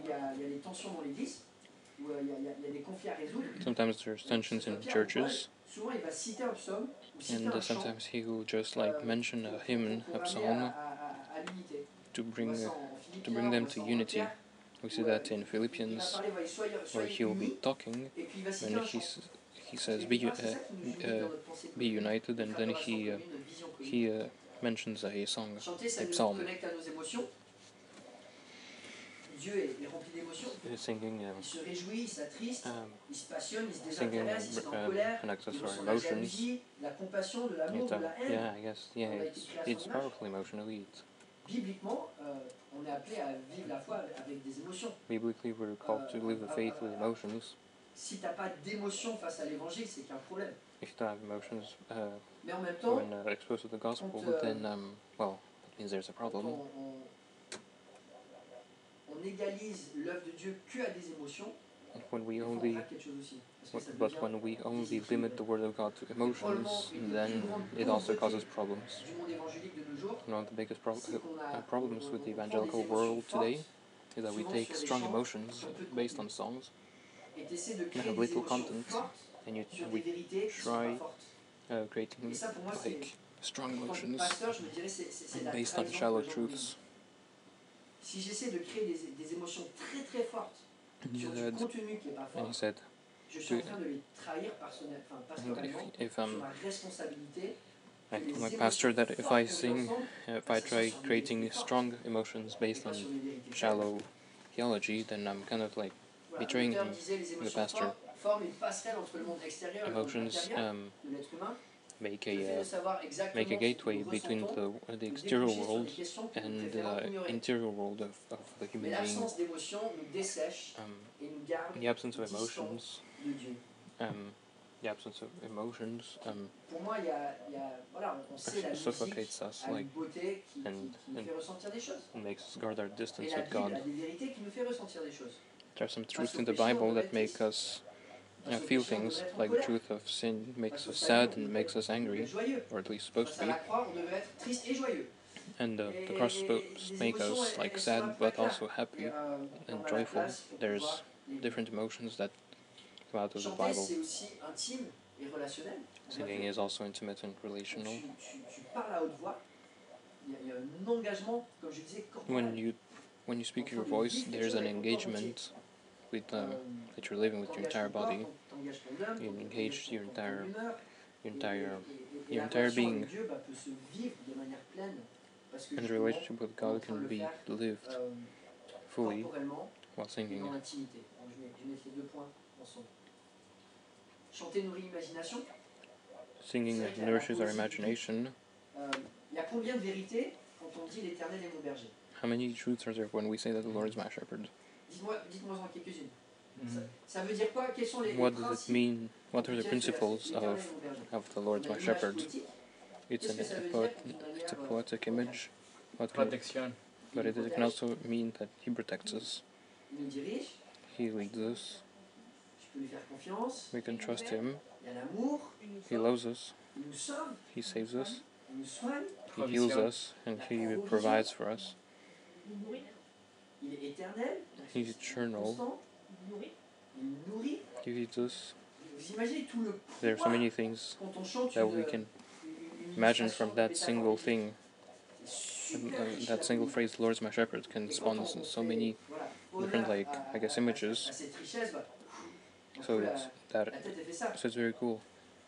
Sometimes there's tensions in churches, and uh, sometimes he will just like mention a hymn, a psalm, to bring uh, to bring them to unity. We see that in Philippians, where he will be talking, and he he says be uh, uh, be united, and then he uh, he uh, mentions a song, a psalm. Dieu est rempli d'émotions. Singing, um, il se réjouit, il s'attriste, um, il se passionne, il se désintéresse, il est en colère, il ressent la jalousie, la compassion, de l'amour, de la haine. Yeah, I guess, yeah, it's, it's powerful emotionally. It's Bibliquement, euh, on est appelé à vivre la foi avec des émotions. Biblically, we're called to live the faith with emotions. Si t'as pas d'émotion face à l'évangile, c'est qu'il y a un problème. If you don't have emotions uh, Mais en même temps, when uh, exposed to the gospel, euh, then, um, well, that means there's a problem. On, on, on égalise l'œuvre de Dieu que à des émotions, when we only, but when we only limit the word of God to emotions, then it also causes problems. One of the biggest prob uh, problems with the evangelical world today is that we take strong emotions based on songs and have little content, and, you, and we try uh, creating like strong emotions based on shallow truths. Si j'essaie de créer des, des émotions très très fortes sur du contenu qui n'est pas fort, said, je suis en train de les trahir personnellement, enfin, personnellement if, if, um, sur ma responsabilité. I'm like pastor that if I sing, if I try creating strong emotions based on shallow theology, then I'm kind of like betraying him, the pastor. Emotions um, make a uh, make a gateway between the uh, the exterior world and the uh, interior world of, of the human being. Um, the absence of emotions, um, the absence of emotions, um, suffocates us, like, and, and, and makes us guard our distance with God. There are some truths in the Bible that make us uh, feel things like the truth of sin makes us sad and makes us angry, or at least supposed to be. And uh, the cross is supposed to make us like sad but also happy and joyful. There's different emotions that come out of the Bible. Singing is also intimate and relational. When you when you speak your voice, there's an engagement with um, that you're living with your entire body. You engage your entire your entire your entire being. And the relationship with God can be lived fully while singing. Singing nourishes our imagination. How many truths are there when we say that the Lord is my shepherd? Mm-hmm. What does it mean? What are the principles of, of the Lord is my shepherd? It's, an, a, poet, it's a poetic image. What can, but it, it can also mean that He protects us. He leads us. We can trust Him. He loves us. He saves us. He heals us, and He provides for us. He's eternal. He feeds us. There are so many things that we can imagine from that single thing. And, uh, that single phrase, "The Lord is my shepherd," can spawn so many different, like, I guess, images. So it's that. So it's very cool.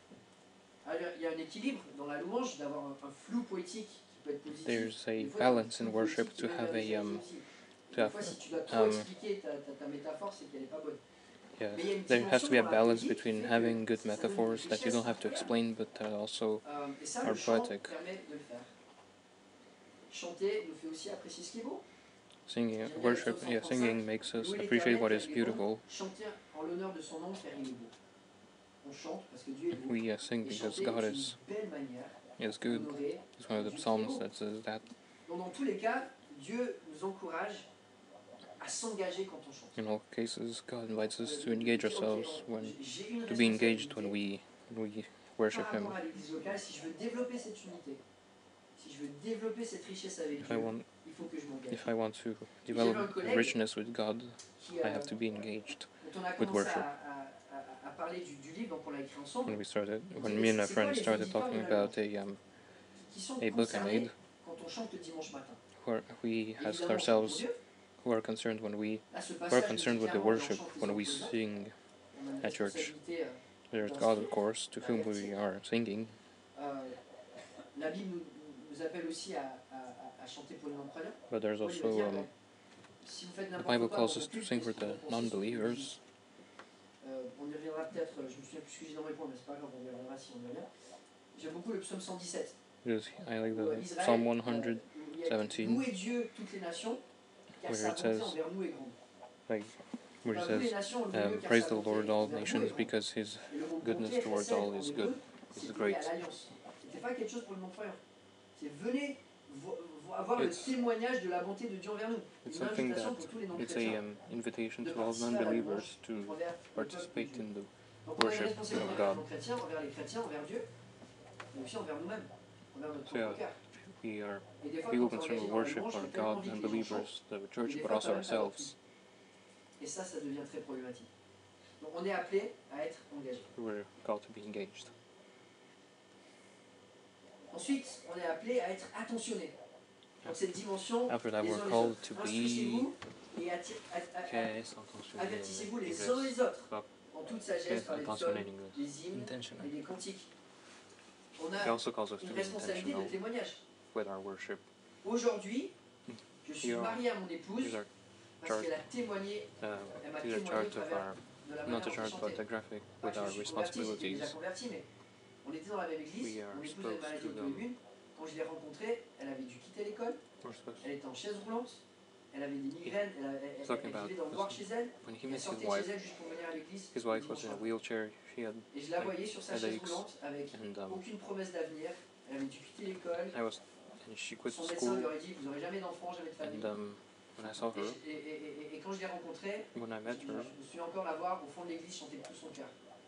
There's a balance in worship to have a um, to have um, yeah, there has to be a balance between having good metaphors that you don't have to explain, but that also are poetic. Singing, worship, yeah, singing makes us appreciate what is beautiful. We uh, sing because God is, is good. It's one of the psalms that says that. In all cases, God invites us to engage ourselves, when, to be engaged when we, when we worship Him. If I want, if I want to develop richness with God, I have to be engaged with worship. When we started, when me and my friend started talking about a um, a book I made, where we asked ourselves, who are concerned when we, who are concerned with the worship when we sing at church. There's God, of course, to whom we are singing. But there's also, um, the Bible calls us to sing for the non-believers. Because I like the Psalm one hundred seventeen, where it says, like, where it says, um, praise the Lord, all nations, because His goodness towards all is good, is great. It's, it's something that, it's a um, invitation to all non-believers to participate in the worship of God. So yeah, we are people concerned with worship are God and believers, the church, but also ourselves. We're called to be engaged. After that, we're called to be. Okay, attentionné in English. Intentional. He also calls us to be intentional with our worship. Here are, these are chart, uh, these are charts of our, not a chart, but a graphic with our responsibilities. We are supposed to um, Quand je l'ai rencontrée, elle avait dû quitter l'école, elle était en chaise roulante, elle avait des migraines, elle, elle, elle, elle devait d'en voir chez elle, elle sortait de chez elle juste pour venir à l'église. His wife was in a wheelchair, she had et je la voyais sur sa chaise roulante avec and, um, aucune promesse d'avenir, elle avait dû quitter l'école, son médecin lui aurait dit vous n'aurez jamais d'enfant, jamais de famille. And, um, when I saw her, et, et, et, et, et quand je l'ai rencontrée, when I met her, je me suis encore la voir au fond de l'église chanter tout son cœur.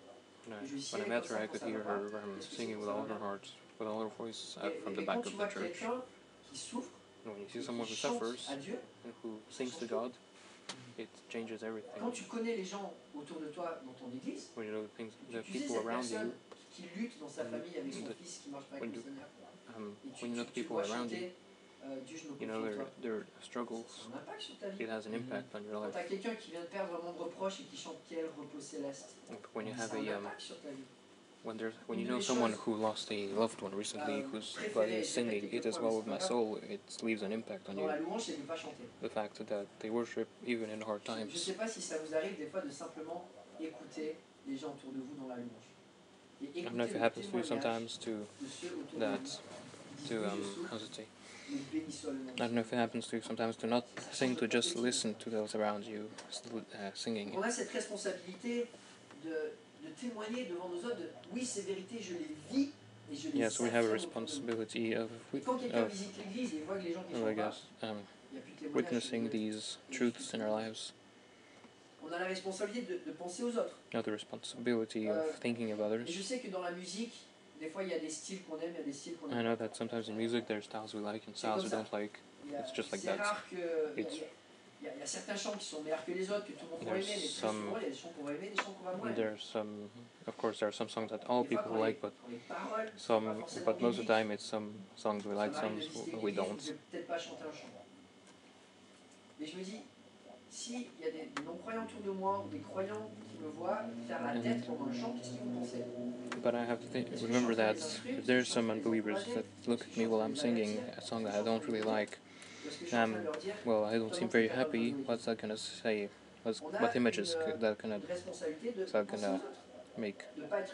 No, when I met her, I could hear her um, singing with all her heart, with all her voice uh, from the back of the church. And when you see someone who suffers and who sings to God, it changes everything. Quand tu connais les gens autour de toi dans ton église, when you know the, things, the people around you, qui lutte dans sa famille avec son fils qui marche pas avec le Seigneur, um, when you know the people around you, you know their, their struggles, it has an impact on your life. Quand tu as quelqu'un qui vient de perdre un membre proche et qui chante Quel repos céleste, when you have a um, when there's when you know someone who lost a loved one recently who's God is singing It Is Well With My Soul, it leaves an impact on you. The fact that they worship even in hard times. Je sais pas si ça vous arrive des fois de simplement écouter les gens autour de vous dans la louange. I don't know if it happens to you sometimes to that to um how's it say? I don't know if it happens to you sometimes to not sing, to just listen to those around you uh, singing. On a cette responsabilité de de témoigner devant nos autres, de, oui, ces vérités, je les vis et je les yes, we have a responsibility of, of, quand quelqu'un visite l'église et voit que les gens qui sont pas, um, il y a plus de témoignages, witnessing these truths in our lives. On a la responsabilité de, de penser aux autres. You have the responsibility of euh, thinking of others. Et je sais que dans la musique, des fois il y a des styles qu'on aime, il y a des styles qu'on aime. I know that sometimes in music there's styles we like and styles we don't like. It's just like that. C'est rare que it's, il y, a, il y a certains chants qui sont meilleurs que les autres, que tout le monde va aimer, mais très souvent il y a des chants qu'on va aimer, des chants qu'on va moins aimer. There's some, of course, there are some songs that all people like, but some, but most of the time it's some songs we like, some we don't. Je vais peut-être pas chanter un chant. Mais je me dis, s'il y a des non-croyants autour de moi, ou des croyants qui me voient faire la tête pendant un chant, qu'est-ce qu'ils vont penser? But I have to think, remember that if there's some unbelievers that look at me while I'm singing a song that I don't really like, Um, well, I don't seem very happy. What's that gonna say? What's, what images that gonna is that gonna make?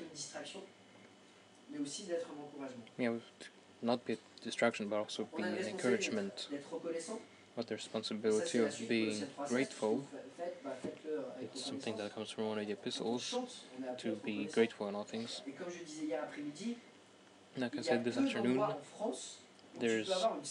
Yeah, not be a distraction, but also be an encouragement. But the responsibility of being grateful. It's something that comes from one of the epistles, to be grateful in all things. Like I said this afternoon, There's,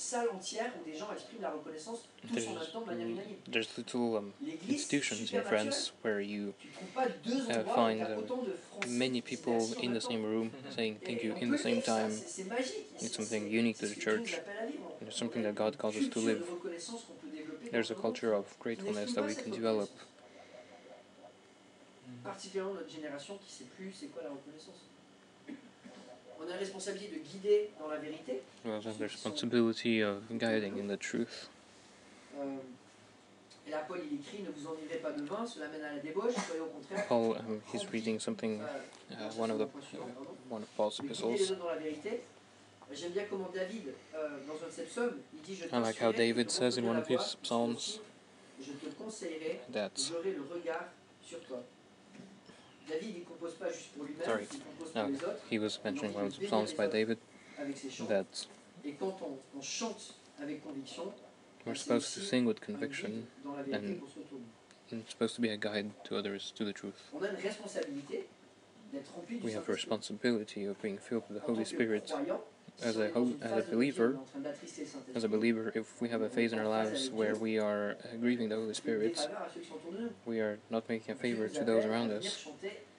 there's, there's little um, institutions in France where you uh, find uh, many people in the same room saying thank you in the same time. It's something unique to the church. It's something that God calls us to live. There's a culture of gratefulness that we can develop. Particulièrement notre génération qui sait plus c'est quoi la reconnaissance. On a la responsabilité de guider dans la vérité. Well, there's the responsibility of guiding in the truth. Euh, et là, Paul, il écrit, ne vous enivrez pas de vin, cela mène à la débauche, soyez au contraire. Paul, um, he's reading something, uh, one of the, uh, one of Paul's epistles. Dans la vérité. J'aime bien comment David, euh, dans un de ses psaumes, il dit, je I like how David says in one of his psalms je te conseillerais that j'aurai le regard sur toi. David, il compose pas juste pour lui-même, sorry, il compose no, pour les autres. he was mentioning one of the psalms by David that et quand on, on chante avec conviction, we're supposed to sing with conviction and it's supposed to be a guide to others to the truth. On a une responsabilité d'être rempli du We have a responsibility of being filled with the Holy Spirit. As a, as a believer, as a believer, if we have a phase in our lives where we are uh, grieving the Holy Spirit, we are not making a favor to those around us.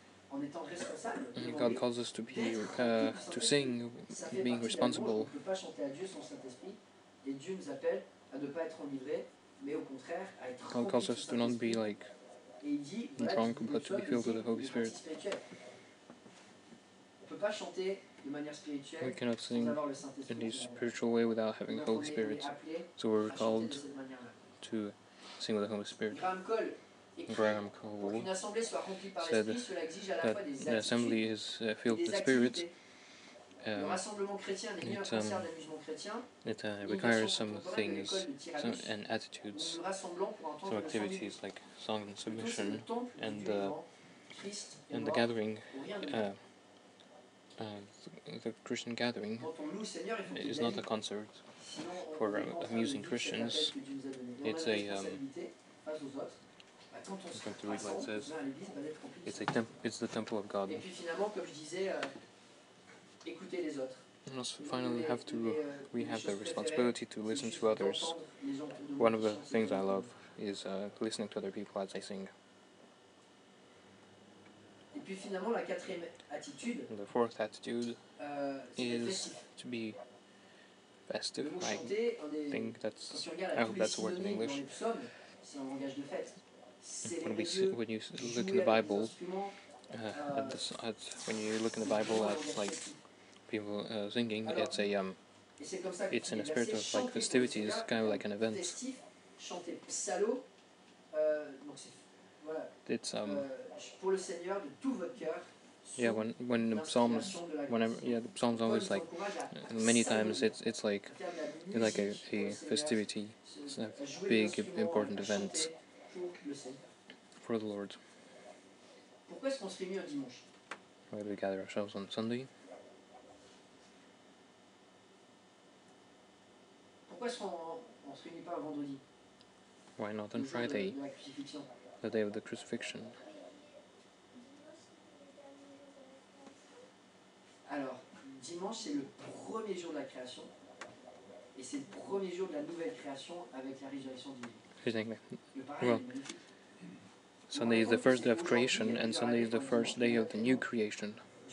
God calls us to be uh, to sing, being responsible. God calls us to not be like drunk, but to be filled with the Holy Spirit. We cannot sing in a spiritual way without having the Holy Spirit. So we're called to sing with the Holy Spirit. Graham Cole said that an assembly is uh, filled with the Spirit. Um, it, um, it uh, requires some things some, and attitudes, some activities like song and submission, and, uh, and the gathering. Uh, Uh, the Christian gathering is not a concert for uh, amusing Christians. It's a um, I'm going to read what it says. It's a temp it's the temple of God. And also finally have to we have the responsibility to listen to others. One of the things I love is uh, listening to other people as they sing. puis finalement, la quatrième attitude, and the fourth attitude euh, is to be festive. I think that's, I hope that's the word in English. When we see, when you look in the Bible, uh, at this, at, when you look in the Bible at like people uh, singing, it's a um, it's in a spirit of like festivities, kind of like an event. It's um. Yeah, when when the psalms, whenever yeah, the psalms always like, uh, many times it's it's like, it's like a, a festivity, it's a big important event for the Lord. Why do we gather ourselves on Sunday? Why not on Friday, the day of the crucifixion? Alors, dimanche, c'est le premier jour de la création, et c'est le premier jour de la nouvelle création avec la résurrection de Jésus. Well, Sunday is the first day of creation, and Sunday is the first day of the new creation.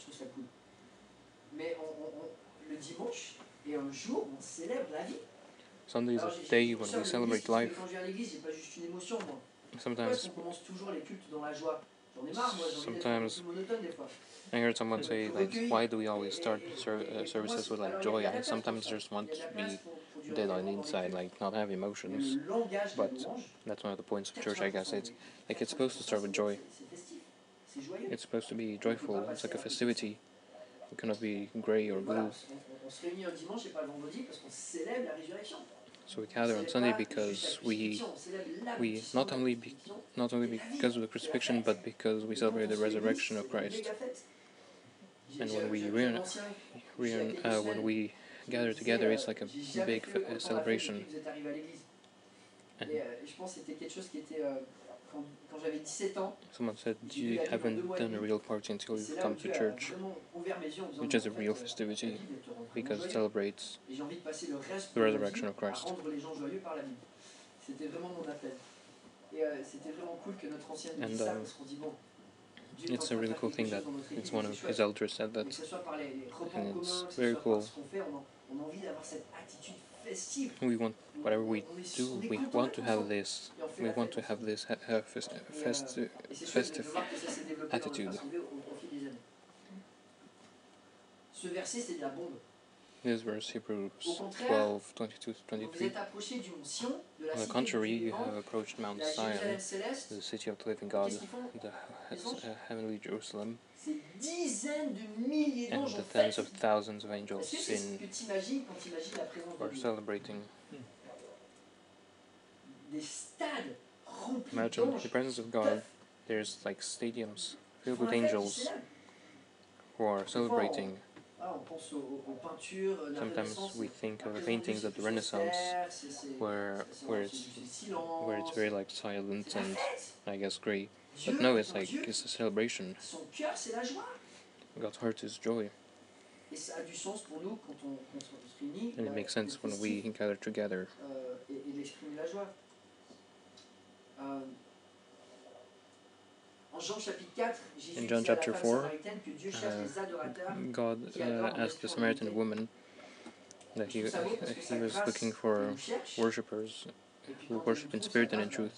Mais le dimanche est un jour où on célèbre la vie. Sunday is a day when we celebrate life. Quand je viens à l'église, j'ai pas juste une émotion, moi. Sometimes, on commence toujours les cultes dans la joie. J'en ai marre, moi, j'ai envie d'être un peu monotone des fois. I heard someone say, like, why do we always start ser uh, services with like joy? I sometimes just want to be dead on the inside, like not have emotions. But that's one of the points of church, I guess. It's like it's supposed to start with joy. It's supposed to be joyful. It's like a festivity. It cannot be grey or blue. So we gather on Sunday because we we not only be, not only because of the crucifixion, but because we celebrate the resurrection of Christ. And when we reun, reun, uh, when we gather together, it's like a big uh, celebration. And someone said, you haven't done a real party until you've come to church, which is a real festivity, because it celebrates the resurrection of Christ. And um, it's a really cool thing that it's one of his elders said that, and it's very cool. We want, whatever we do, we want to have this, we want to have this ha uh, fest fest festive attitude. This verse, Hebrews twelve, twenty-two to twenty-three. On the contrary, you have approached Mount Zion, the city of the living God, the uh, heavenly Jerusalem, and the tens of thousands of angels in are celebrating. Imagine the presence of God. There's like stadiums filled with angels who are celebrating. Sometimes we think of the paintings of the Renaissance, where where it's where it's very like silent and I guess grey. But no, it's like it's a celebration. God's heart is joy. And it makes sense when we gather together. In John chapter four, uh, God uh, asked the Samaritan woman that he, uh, he was looking for worshippers who worship in spirit and in truth.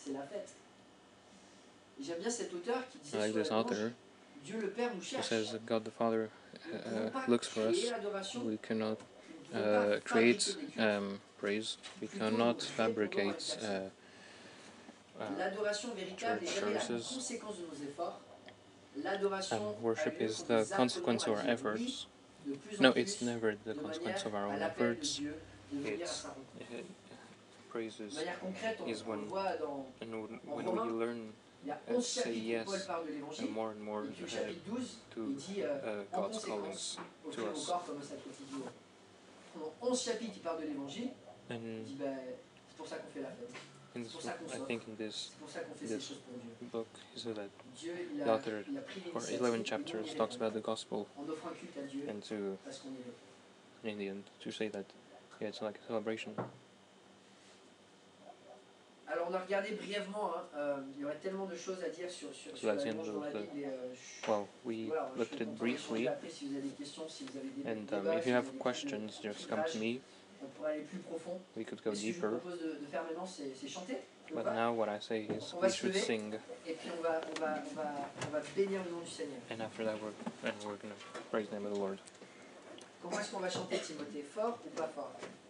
I like this author who says that God the Father uh, looks for us. We cannot uh, create um, praise, we cannot fabricate uh, Uh, church services. Um, worship is the consequence of our efforts. No, it's never the consequence of our own efforts. It's uh, praise is, is when, and when we learn and say yes and more and more uh, to uh, God's callings to us. And In, I think in this, this book, he said that the author, for eleven chapters, talks about the gospel, and to, in the end, to say that, yeah, it's like a celebration. Alors on a regardé brièvement, hein, euh, il y aurait tellement de choses à dire sur, sur, So sur la that's the end louange dans of la the, Bible. Et, euh, je, well, we voilà, je looked suis at it content d'échanger briefly, après si vous avez des questions, si vous avez des and débats, um, if si you vous have avez questions, des just come to me. On pourrait aller plus profond. We could go Mais ce que je vous deeper. propose de, de faire maintenant, c'est chanter. But now what I say is on we va se should lever, sing. Et puis on va, on va, on va, on va bénir le nom du Seigneur. And after that, we're, and we're going to praise the name of the Lord. Comment est-ce qu'on va chanter, Timothée? Fort ou pas fort?